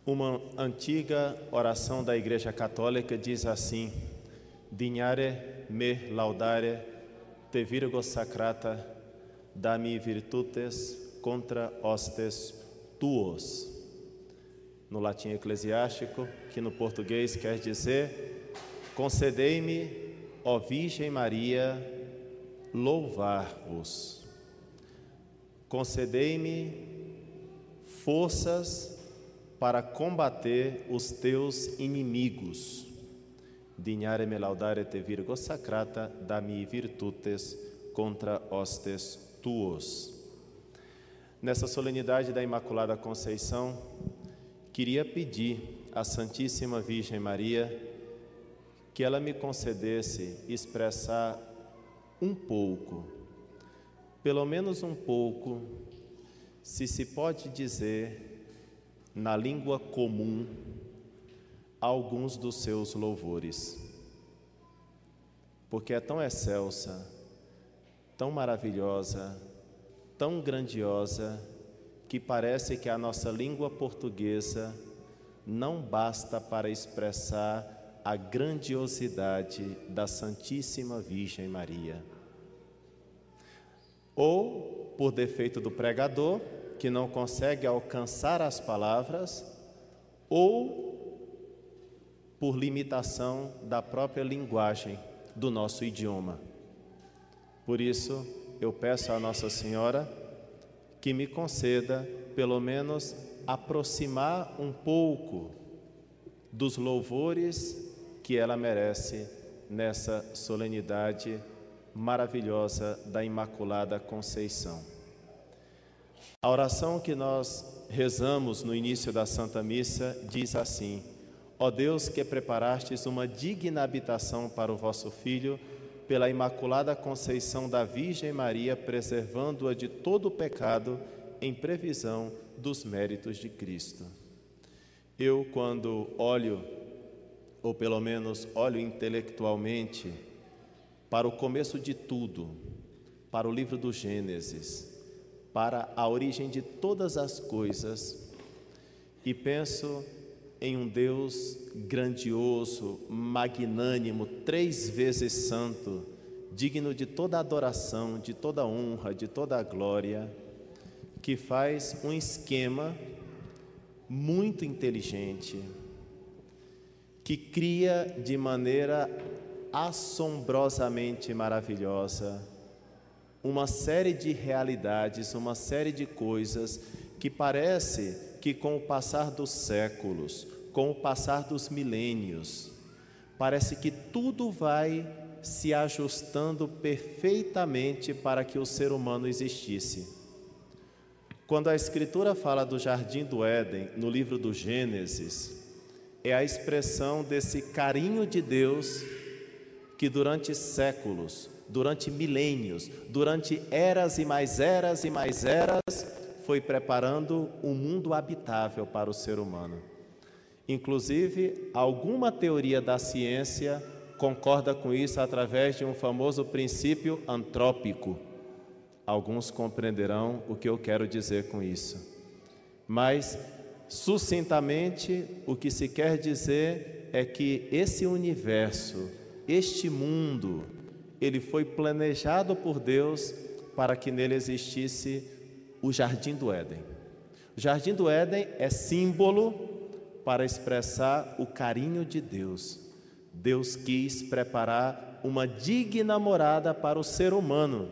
Uma antiga oração da Igreja Católica diz assim: Dignare me laudare te Virgo sacrata, dami virtutes contra hostes tuos. No latim eclesiástico, que no português quer dizer: concedei-me, ó Virgem Maria, louvar-vos. Concedei-me forças para combater os teus inimigos. Dignare me laudare te Virgo sacrata, dami virtutes contra hostes tuos. Nessa solenidade da Imaculada Conceição, queria pedir à Santíssima Virgem Maria que ela me concedesse expressar um pouco, pelo menos um pouco, se pode dizer, na língua comum, alguns dos seus louvores, porque é tão excelsa, tão maravilhosa, tão grandiosa, que parece que a nossa língua portuguesa não basta para expressar a grandiosidade da Santíssima Virgem Maria. Ou, por defeito do pregador, que não consegue alcançar as palavras, ou por limitação da própria linguagem do nosso idioma. Por isso, eu peço a Nossa Senhora que me conceda, pelo menos, aproximar um pouco dos louvores que ela merece nessa solenidade maravilhosa da Imaculada Conceição. A oração que nós rezamos no início da Santa Missa diz assim: ó Deus, que preparastes uma digna habitação para o vosso Filho, pela Imaculada Conceição da Virgem Maria, preservando-a de todo o pecado, em previsão dos méritos de Cristo. Eu, quando olho, ou pelo menos olho intelectualmente, para o começo de tudo, para o livro do Gênesis, para a origem de todas as coisas, e penso em um Deus grandioso, magnânimo, 3 vezes santo, digno de toda adoração, de toda honra, de toda glória, que faz um esquema muito inteligente, que cria de maneira assombrosamente maravilhosa uma série de realidades, uma série de coisas que parece que com o passar dos séculos, com o passar dos milênios, parece que tudo vai se ajustando perfeitamente para que o ser humano existisse. Quando a Escritura fala do Jardim do Éden, no livro do Gênesis, é a expressão desse carinho de Deus que durante séculos, durante milênios, durante eras e mais eras e mais eras, foi preparando um mundo habitável para o ser humano. Inclusive, alguma teoria da ciência concorda com isso através de um famoso princípio antrópico. Alguns compreenderão o que eu quero dizer com isso. Mas, sucintamente, o que se quer dizer é que esse universo, este mundo, ele foi planejado por Deus para que nele existisse o Jardim do Éden. O Jardim do Éden é símbolo para expressar o carinho de Deus. Deus quis preparar uma digna morada para o ser humano,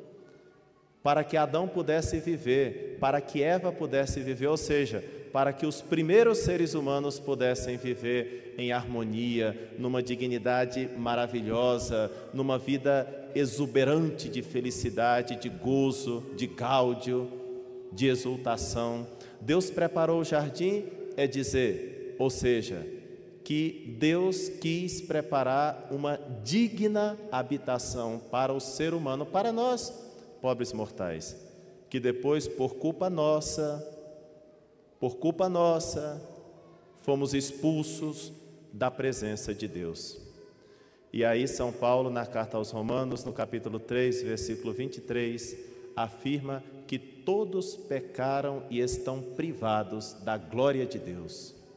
para que Adão pudesse viver, para que Eva pudesse viver, ou seja, para que os primeiros seres humanos pudessem viver em harmonia, numa dignidade maravilhosa, numa vida exuberante de felicidade, de gozo, de gáudio, de exultação. Deus preparou o jardim, é dizer, ou seja, que Deus quis preparar uma digna habitação para o ser humano, para nós, pobres mortais, que depois, por culpa nossa, fomos expulsos da presença de Deus. E aí São Paulo, na carta aos Romanos, no capítulo 3, versículo 23, afirma que todos pecaram e estão privados da glória de Deus.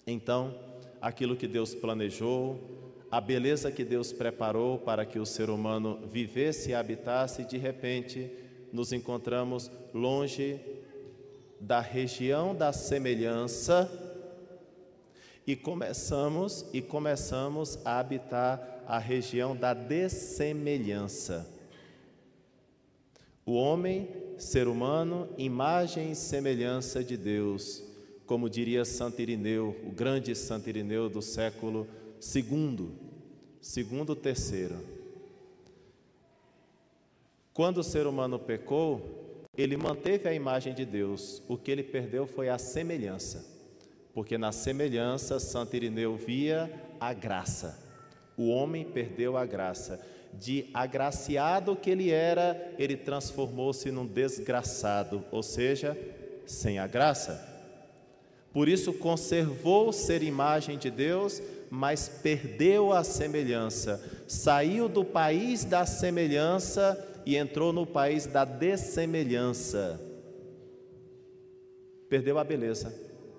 Então, aquilo que Deus planejou, a beleza que Deus preparou para que o ser humano vivesse e habitasse, de repente nos encontramos longe da região da semelhança e começamos a habitar a região da dessemelhança. O homem, ser humano, imagem e semelhança de Deus, como diria Santo Irineu, o grande Santo Irineu do século segundo, terceiro. Quando o ser humano pecou, ele manteve a imagem de Deus, o que ele perdeu foi a semelhança, porque na semelhança Santo Irineu via a graça. O homem perdeu a graça. De agraciado que ele era, ele transformou-se num desgraçado, ou seja, sem a graça. Por isso conservou ser imagem de Deus, mas perdeu a semelhança. Saiu do país da semelhança e entrou no país da dessemelhança. Perdeu a beleza.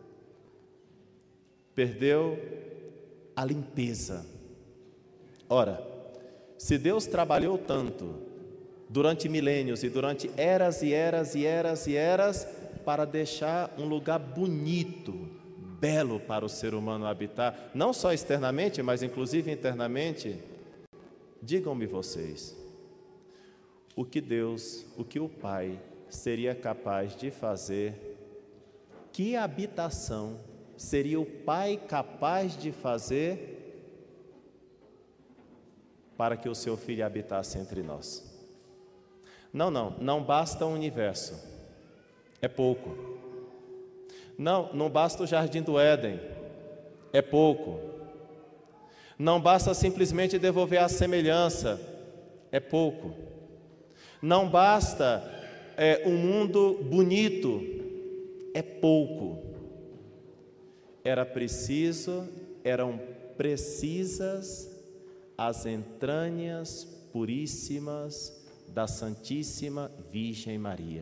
Perdeu a limpeza. Ora, se Deus trabalhou tanto durante milênios e durante eras e eras e eras e eras para deixar um lugar bonito, belo para o ser humano habitar, não só externamente, mas inclusive internamente, digam-me vocês, o que Deus, o que o Pai seria capaz de fazer, que habitação seria o Pai capaz de fazer para que o seu Filho habitasse entre nós? Não basta o universo, é pouco. Não basta o jardim do Éden, é pouco. Não basta simplesmente devolver a semelhança, é pouco. Não basta um mundo bonito, é pouco. Eram precisas as entranhas puríssimas da Santíssima Virgem Maria.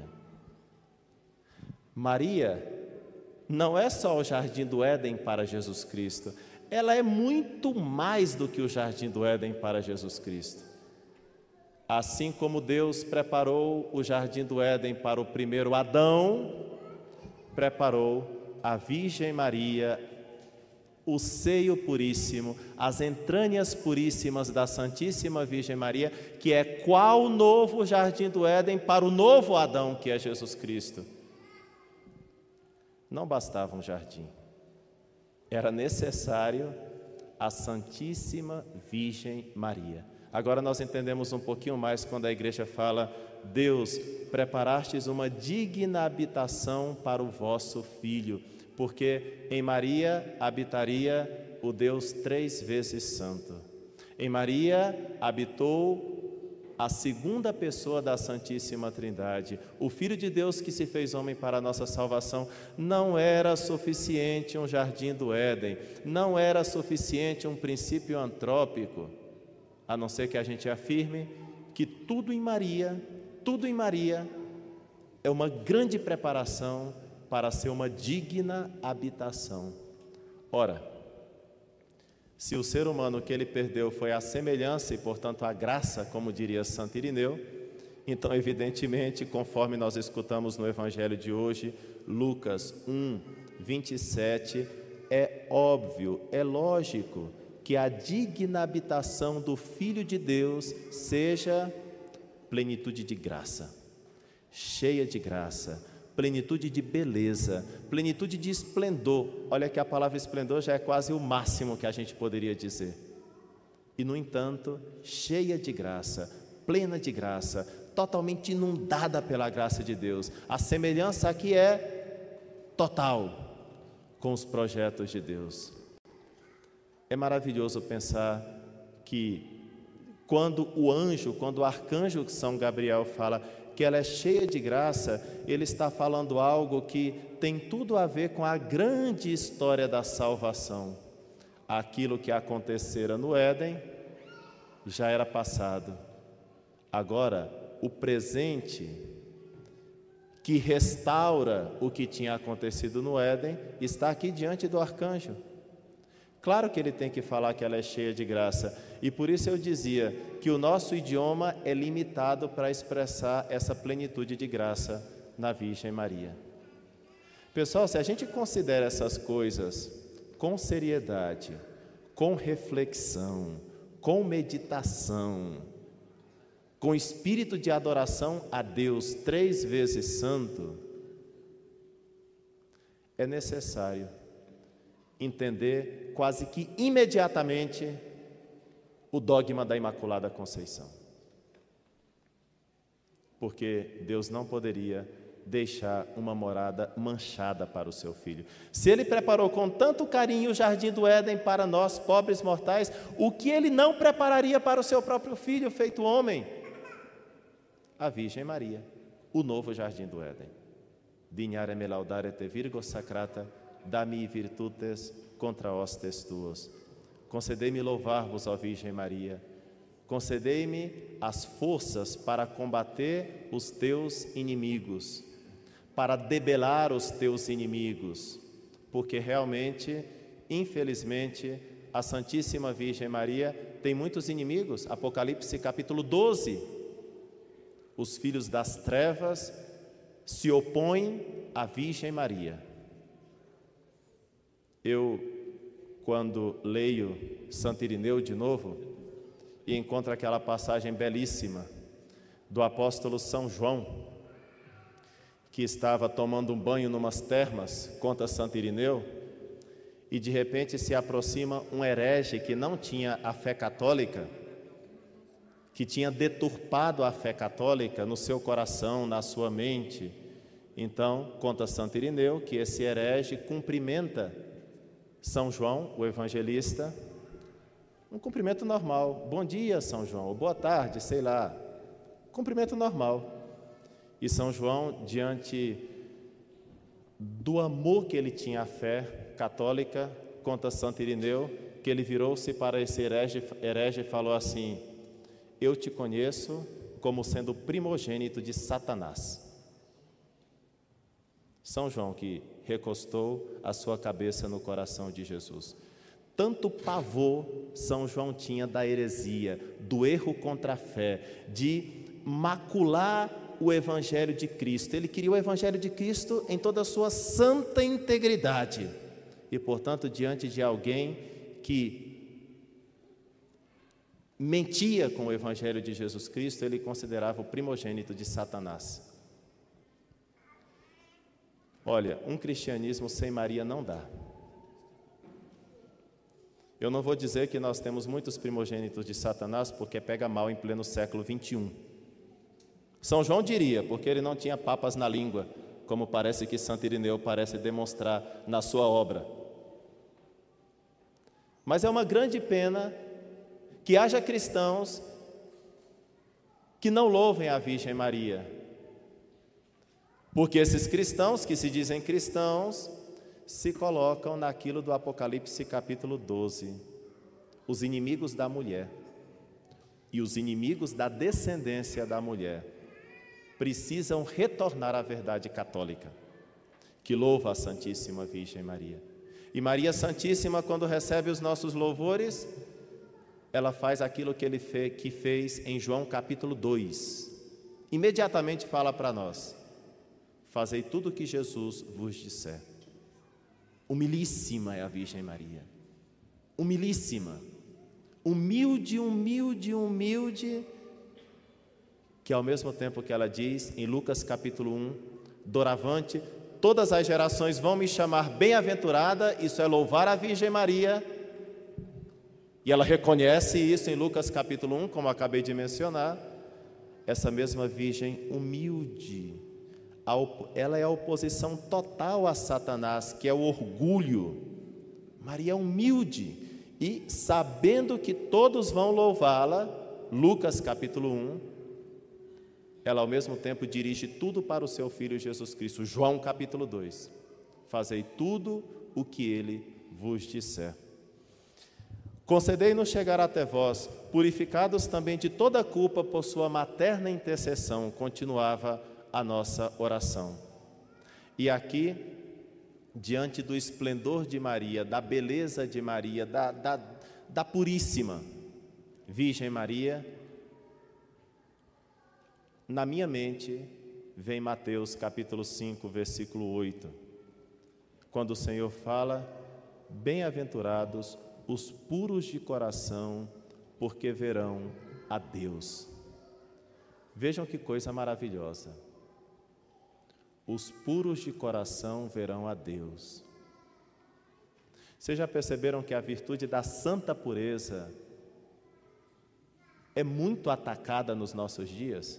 Maria não é só o jardim do Éden para Jesus Cristo, ela é muito mais do que o jardim do Éden para Jesus Cristo. Assim como Deus preparou o jardim do Éden para o primeiro Adão, preparou a Virgem Maria, o seio puríssimo, as entranhas puríssimas da Santíssima Virgem Maria, que é qual novo jardim do Éden para o novo Adão, que é Jesus Cristo. Não bastava um jardim, era necessário a Santíssima Virgem Maria. Agora nós entendemos um pouquinho mais quando a igreja fala: Deus, preparastes uma digna habitação para o vosso Filho, porque em Maria habitaria o Deus 3 vezes santo. Em Maria habitou a segunda pessoa da Santíssima Trindade, o Filho de Deus que se fez homem para a nossa salvação. Não era suficiente um jardim do Éden, não era suficiente um princípio antrópico, a não ser que a gente afirme que tudo em Maria é uma grande preparação para ser uma digna habitação. Ora, se o ser humano que ele perdeu foi a semelhança e, portanto, a graça, como diria Santo Irineu, então, evidentemente, conforme nós escutamos no Evangelho de hoje, Lucas 1, 27, é óbvio, é lógico que a digna habitação do Filho de Deus seja plenitude de graça, cheia de graça, plenitude de beleza, plenitude de esplendor. Olha que a palavra esplendor já é quase o máximo que a gente poderia dizer. E, no entanto, cheia de graça, plena de graça, totalmente inundada pela graça de Deus. A semelhança aqui é total com os projetos de Deus. É maravilhoso pensar que quando o arcanjo São Gabriel fala que ela é cheia de graça, ele está falando algo que tem tudo a ver com a grande história da salvação. Aquilo que acontecera no Éden já era passado. Agora, o presente que restaura o que tinha acontecido no Éden, está aqui diante do arcanjo. Claro que ele tem que falar que ela é cheia de graça, e por isso eu dizia que o nosso idioma é limitado para expressar essa plenitude de graça na Virgem Maria. Pessoal, se a gente considera essas coisas com seriedade, com reflexão, com meditação, com espírito de adoração a Deus 3 vezes santo, é necessário entender quase que imediatamente o dogma da Imaculada Conceição. Porque Deus não poderia deixar uma morada manchada para o seu Filho. Se Ele preparou com tanto carinho o Jardim do Éden para nós, pobres mortais, o que Ele não prepararia para o seu próprio Filho, feito homem? A Virgem Maria, o novo Jardim do Éden. Dignare me laudare te Virgo sacrata, dami virtutes contra hostes tuos. Concedei-me louvar-vos, ó Virgem Maria. Concedei-me as forças para combater os teus inimigos, para debelar os teus inimigos, porque realmente, infelizmente, a Santíssima Virgem Maria tem muitos inimigos. Apocalipse capítulo 12. Os filhos das trevas se opõem à Virgem Maria. Eu, quando leio Santo Irineu de novo, e encontro aquela passagem belíssima do apóstolo São João, que estava tomando um banho numas termas, conta Santo Irineu, e de repente se aproxima um herege que não tinha a fé católica, que tinha deturpado a fé católica no seu coração, na sua mente. Então, conta Santo Irineu que esse herege cumprimenta São João, o evangelista, um cumprimento normal. Bom dia, São João, ou boa tarde, sei lá. Cumprimento normal. E São João, diante do amor que ele tinha à fé católica, conta Santo Irineu, que ele virou-se para esse herege e falou assim: eu te conheço como sendo primogênito de Satanás. São João que recostou a sua cabeça no coração de Jesus. Tanto pavor São João tinha da heresia, do erro contra a fé, de macular o Evangelho de Cristo. Ele queria o Evangelho de Cristo em toda a sua santa integridade. E, portanto, diante de alguém que mentia com o Evangelho de Jesus Cristo, ele considerava o primogênito de Satanás. Olha, um cristianismo sem Maria não dá. Eu não vou dizer que nós temos muitos primogênitos de Satanás, porque pega mal em pleno século 21. São João diria, porque ele não tinha papas na língua, como parece que Santo Irineu parece demonstrar na sua obra. Mas é uma grande pena que haja cristãos que não louvem a Virgem Maria, porque esses cristãos que se dizem cristãos se colocam naquilo do Apocalipse capítulo 12, os inimigos da mulher e os inimigos da descendência da mulher precisam retornar à verdade católica, que louva a Santíssima Virgem Maria. E Maria Santíssima, quando recebe os nossos louvores, ela faz aquilo que fez em João capítulo 2. Imediatamente fala para nós: fazei tudo o que Jesus vos disser. Humilíssima é a Virgem Maria. Humilíssima. Humilde, humilde, humilde, que ao mesmo tempo que ela diz em Lucas capítulo 1, doravante, todas as gerações vão me chamar bem-aventurada, isso é louvar a Virgem Maria, e ela reconhece isso em Lucas capítulo 1, como acabei de mencionar. Essa mesma Virgem humilde, ela é a oposição total a Satanás, que é o orgulho. Maria é humilde, e sabendo que todos vão louvá-la, Lucas capítulo 1, ela ao mesmo tempo dirige tudo para o seu Filho Jesus Cristo. João capítulo 2, fazei tudo o que ele vos disser. Concedei-nos chegar até vós, purificados também de toda culpa por sua materna intercessão, continuava a nossa oração. E aqui, diante do esplendor de Maria, da beleza de Maria, da puríssima Virgem Maria, na minha mente vem Mateus capítulo 5, versículo 8, quando o Senhor fala: bem-aventurados os puros de coração, porque verão a Deus. Vejam que coisa maravilhosa. Os puros de coração verão a Deus. Vocês já perceberam que a virtude da santa pureza é muito atacada nos nossos dias?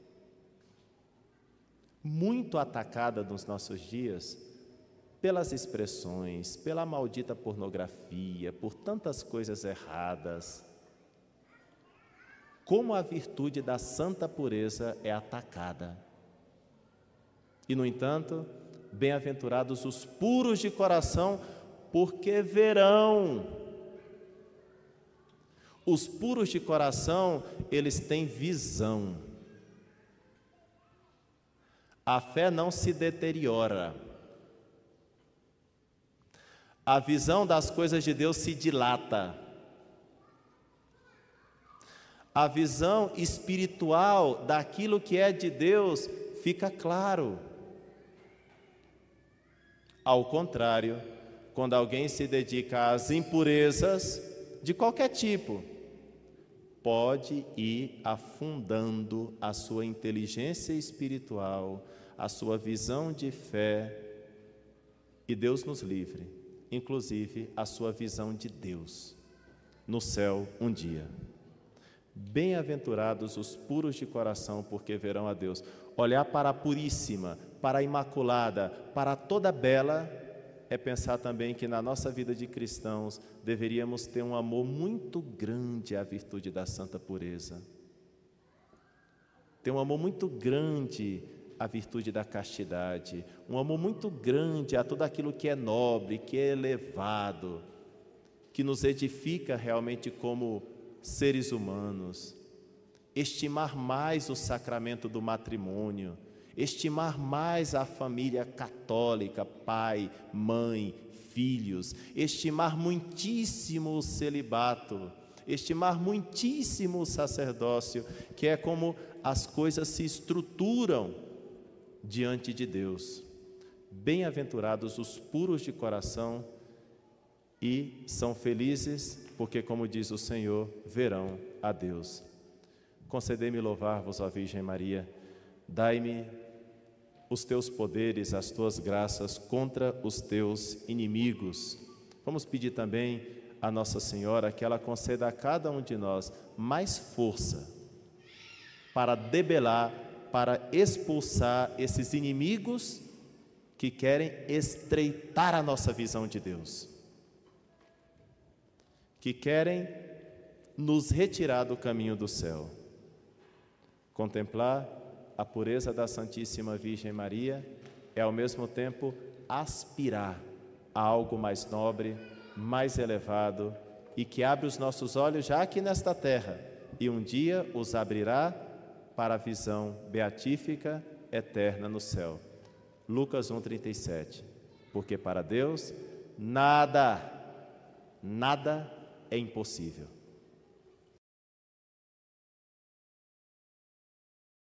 Muito atacada nos nossos dias pelas expressões, pela maldita pornografia, por tantas coisas erradas. Como a virtude da santa pureza é atacada. E, no entanto, bem-aventurados os puros de coração, porque verão. Os puros de coração, eles têm visão. A fé não se deteriora. A visão das coisas de Deus se dilata. A visão espiritual daquilo que é de Deus fica claro. Ao contrário, quando alguém se dedica às impurezas de qualquer tipo, pode ir afundando a sua inteligência espiritual, a sua visão de fé, e Deus nos livre, inclusive a sua visão de Deus no céu um dia. Bem-aventurados os puros de coração, porque verão a Deus. Olhar para a puríssima, para a imaculada, para toda bela, é pensar também que na nossa vida de cristãos deveríamos ter um amor muito grande à virtude da santa pureza. Ter um amor muito grande à virtude da castidade, um amor muito grande a tudo aquilo que é nobre, que é elevado, que nos edifica realmente como seres humanos. Estimar mais o sacramento do matrimônio, estimar mais a família católica, pai, mãe, filhos, estimar muitíssimo o celibato, estimar muitíssimo o sacerdócio, que é como as coisas se estruturam diante de Deus. Bem-aventurados os puros de coração, e são felizes, porque, como diz o Senhor, verão a Deus. Concedei-me louvar-vos, ó Virgem Maria, dai-me os teus poderes, as tuas graças contra os teus inimigos. Vamos pedir também a Nossa Senhora que ela conceda a cada um de nós mais força para debelar, para expulsar esses inimigos que querem estreitar a nossa visão de Deus, que querem nos retirar do caminho do céu. Contemplar a pureza da Santíssima Virgem Maria é, ao mesmo tempo, aspirar a algo mais nobre, mais elevado, e que abre os nossos olhos já aqui nesta terra, e um dia os abrirá para a visão beatífica eterna no céu. Lucas 1,37. Porque para Deus nada é impossível.